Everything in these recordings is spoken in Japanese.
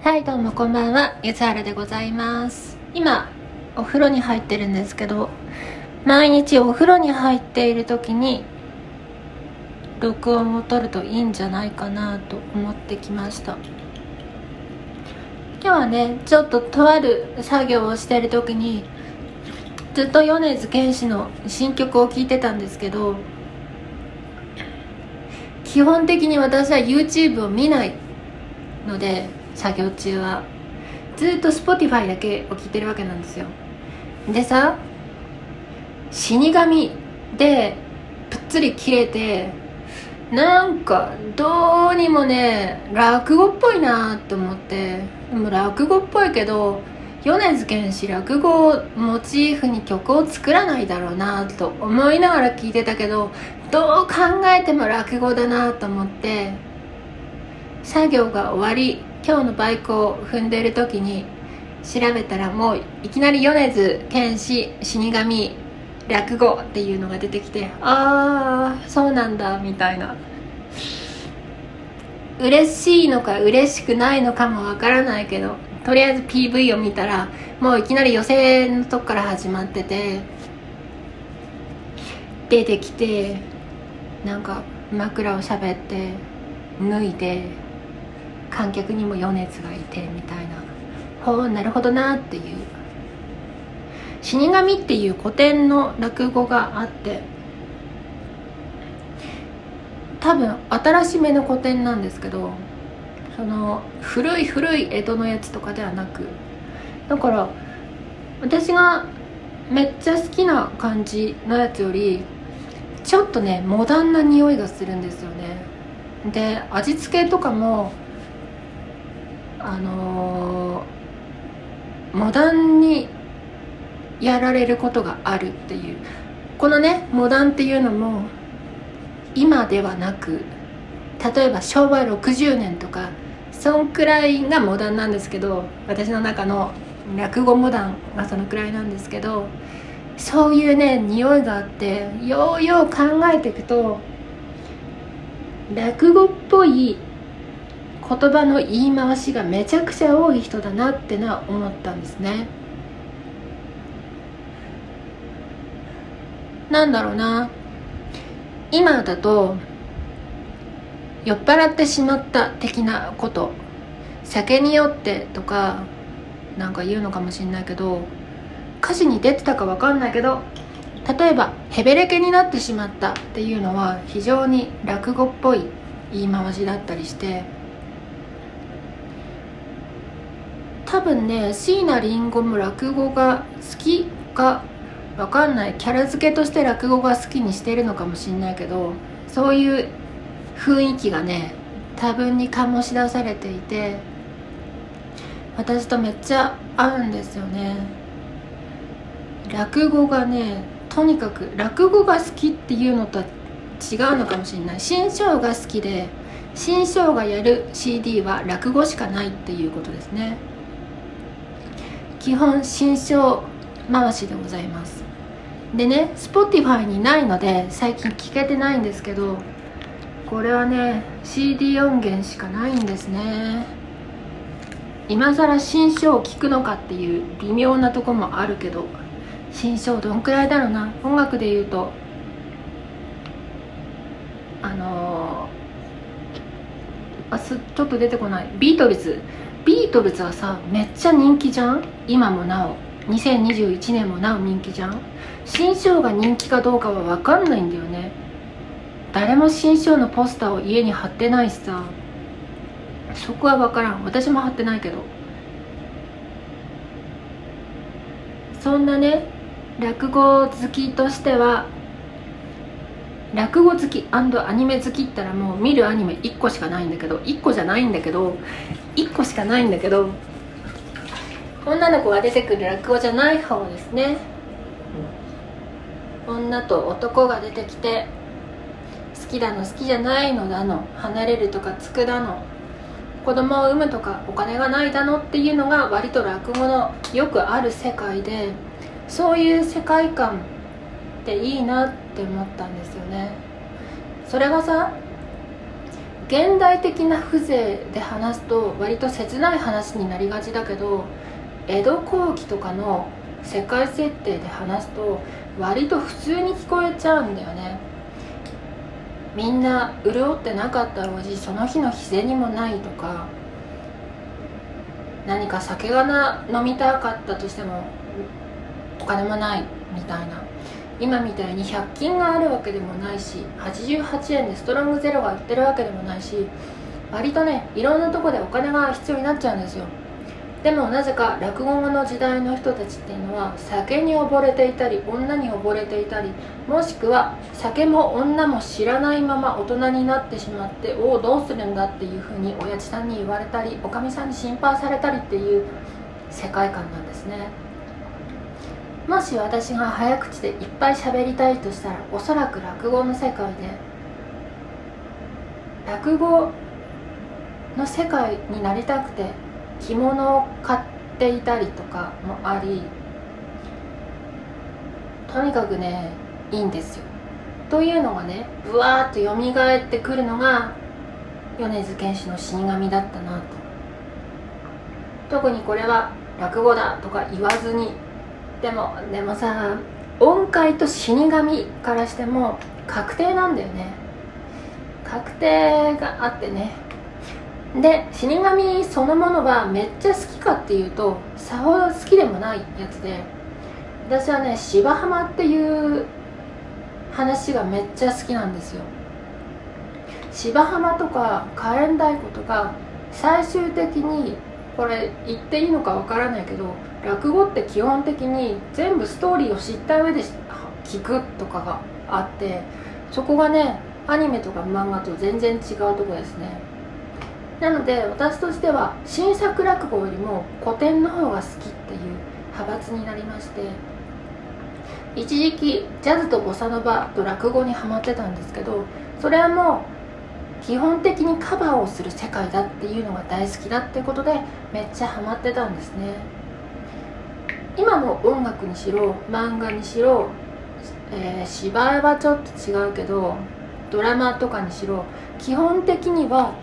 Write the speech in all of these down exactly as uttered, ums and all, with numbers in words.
はいどうもこんばんは、ゆずはらでございます。今お風呂に入ってるんですけど、毎日お風呂に入っている時に録音を撮るといいんじゃないかなと思ってきました。今日はね、ちょっととある作業をしている時にずっと米津玄師の新曲を聴いてたんですけど、基本的に私は YouTube を見ないので、作業中はずっと Spotify だけを聴いてるわけなんですよ。でさ、死神でぷっつり切れて、なんかどうにもね落語っぽいなと思って、でも落語っぽいけど米津玄師落語をモチーフに曲を作らないだろうなと思いながら聞いてたけど、どう考えても落語だなと思って、作業が終わり今日のバイクを踏んでいる時に調べたら、もういきなり米津玄師死神落語っていうのが出てきて、ああそうなんだみたいな、嬉しいのか嬉しくないのかもわからないけど、とりあえず ピーブイ を見たらもういきなり予選のとこから始まってて、出てきてなんか枕を喋って脱いで観客にも米津がいてみたいな、ほうなるほどなっていう。死神っていう古典の落語があって、多分新しめの古典なんですけど、その古い古い江戸のやつとかではなく、だから私がめっちゃ好きな感じのやつよりちょっとねモダンな匂いがするんですよね。で味付けとかもあのー、モダンにやられることがあるっていう、このねモダンっていうのも今ではなく、例えばしょうわろくじゅうねんとかそんくらいがモダンなんですけど、私の中の落語モダンがそのくらいなんですけど、そういうね匂いがあって、ようよう考えていくと落語っぽい言葉の言い回しがめちゃくちゃ多い人だなってのは思ったんですね。なんだろうな、今だと酔っ払ってしまった的なこと、酒に酔ってとかなんか言うのかもしれないけど、歌詞に出てたか分かんないけど、例えばヘベレケになってしまったっていうのは非常に落語っぽい言い回しだったりして、多分ね椎名林檎も落語が好きか分かんない、キャラ付けとして落語が好きにしてるのかもしれないけど、そういう雰囲気がね多分に醸し出されていて、私とめっちゃ合うんですよね。落語がね、とにかく落語が好きっていうのとは違うのかもしれない。新章が好きで、新章がやる シーディー は落語しかないっていうことですね。基本新章回しでございます。でね、 Spotify にないので最近聞けてないんですけど、これはね シーディー 音源しかないんですね。今更新章を聞くのかっていう微妙なとこもあるけど、新章どんくらいだろうな。音楽で言うとあのー、あすちょっと出てこない。ビートルズビートルズはさめっちゃ人気じゃん。今もなおにせんにじゅういちねんもなお人気じゃん。新章が人気かどうかは分かんないんだよね。誰も新章のポスターを家に貼ってないしさ、そこは分からん。私も貼ってないけど、そんなね落語好きとしては、落語好き&アニメ好きったらもう見るアニメいっこしかないんだけど、いっこじゃないんだけどいっこしかないんだけど女の子が出てくる落語じゃない方ですね。女と男が出てきて、好きだの好きじゃないのだの、離れるとかつくだの、子供を産むとかお金がないだのっていうのが割と落語のよくある世界で、そういう世界観っていいなって思ったんですよね。それがさ現代的な風情で話すと割と切ない話になりがちだけど、江戸後期とかの世界設定で話すと割と普通に聞こえちゃうんだよね。みんな潤ってなかったろうし、その日の日銭もないとか、何か酒がな飲みたかったとしてもお金もないみたいな、今みたいにひゃく均があるわけでもないし、はちじゅうはちえんでストロングゼロが売ってるわけでもないし、割とねいろんなとこでお金が必要になっちゃうんですよ。でもなぜか落語の時代の人たちっていうのは酒に溺れていたり女に溺れていたり、もしくは酒も女も知らないまま大人になってしまって、おおどうするんだっていうふうに親父さんに言われたり、おかみさんに心配されたりっていう世界観なんですね。もし私が早口でいっぱい喋りたいとしたら、おそらく落語の世界で落語の世界になりたくて着物を買っていたりとかもあり、とにかくねいいんですよ。というのがね、ぶわーっとよみがえってくるのが米津玄師の死神だったなと。特にこれは落語だとか言わずに、でもでもさ、音階と死神からしても確定なんだよね。確定があってね。で死神そのものはめっちゃ好きかっていうとさほど好きでもないやつで、私はね芝浜っていう話がめっちゃ好きなんですよ。芝浜とか火炎太鼓とか、最終的にこれ言っていいのかわからないけど、落語って基本的に全部ストーリーを知った上で聞くとかがあって、そこがねアニメとか漫画と全然違うとこですね。なので私としては新作落語よりも古典の方が好きっていう派閥になりまして、一時期ジャズとボサノバと落語にハマってたんですけど、それはもう基本的にカバーをする世界だっていうのが大好きだってことでめっちゃハマってたんですね。今の音楽にしろ漫画にしろ、えー、芝居はちょっと違うけどドラマとかにしろ、基本的には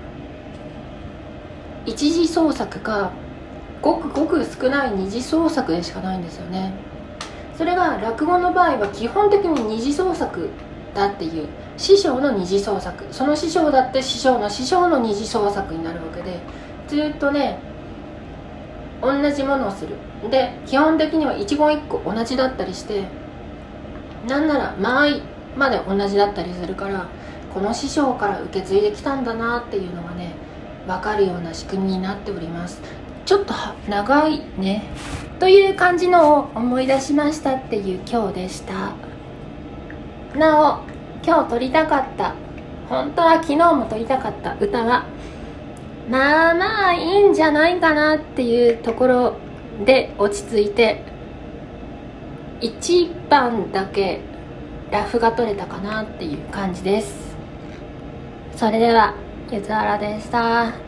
一次創作かごくごく少ない二次創作でしかないんですよね。それが落語の場合は基本的に二次創作だっていう、師匠の二次創作、その師匠だって師匠の師匠の二次創作になるわけで、ずっとね同じものをする。で基本的には一言一句同じだったりして、なんなら間合いまで同じだったりするから、この師匠から受け継いできたんだなっていうのがね分かるような仕組みになっております。ちょっと長いねという感じのを思い出しましたっていう今日でした。なお今日撮りたかった、本当は昨日も撮りたかった歌はまあまあいいんじゃないかなっていうところで落ち着いて、いちばんだけラフが取れたかなっていう感じです。それではゆずあらでした。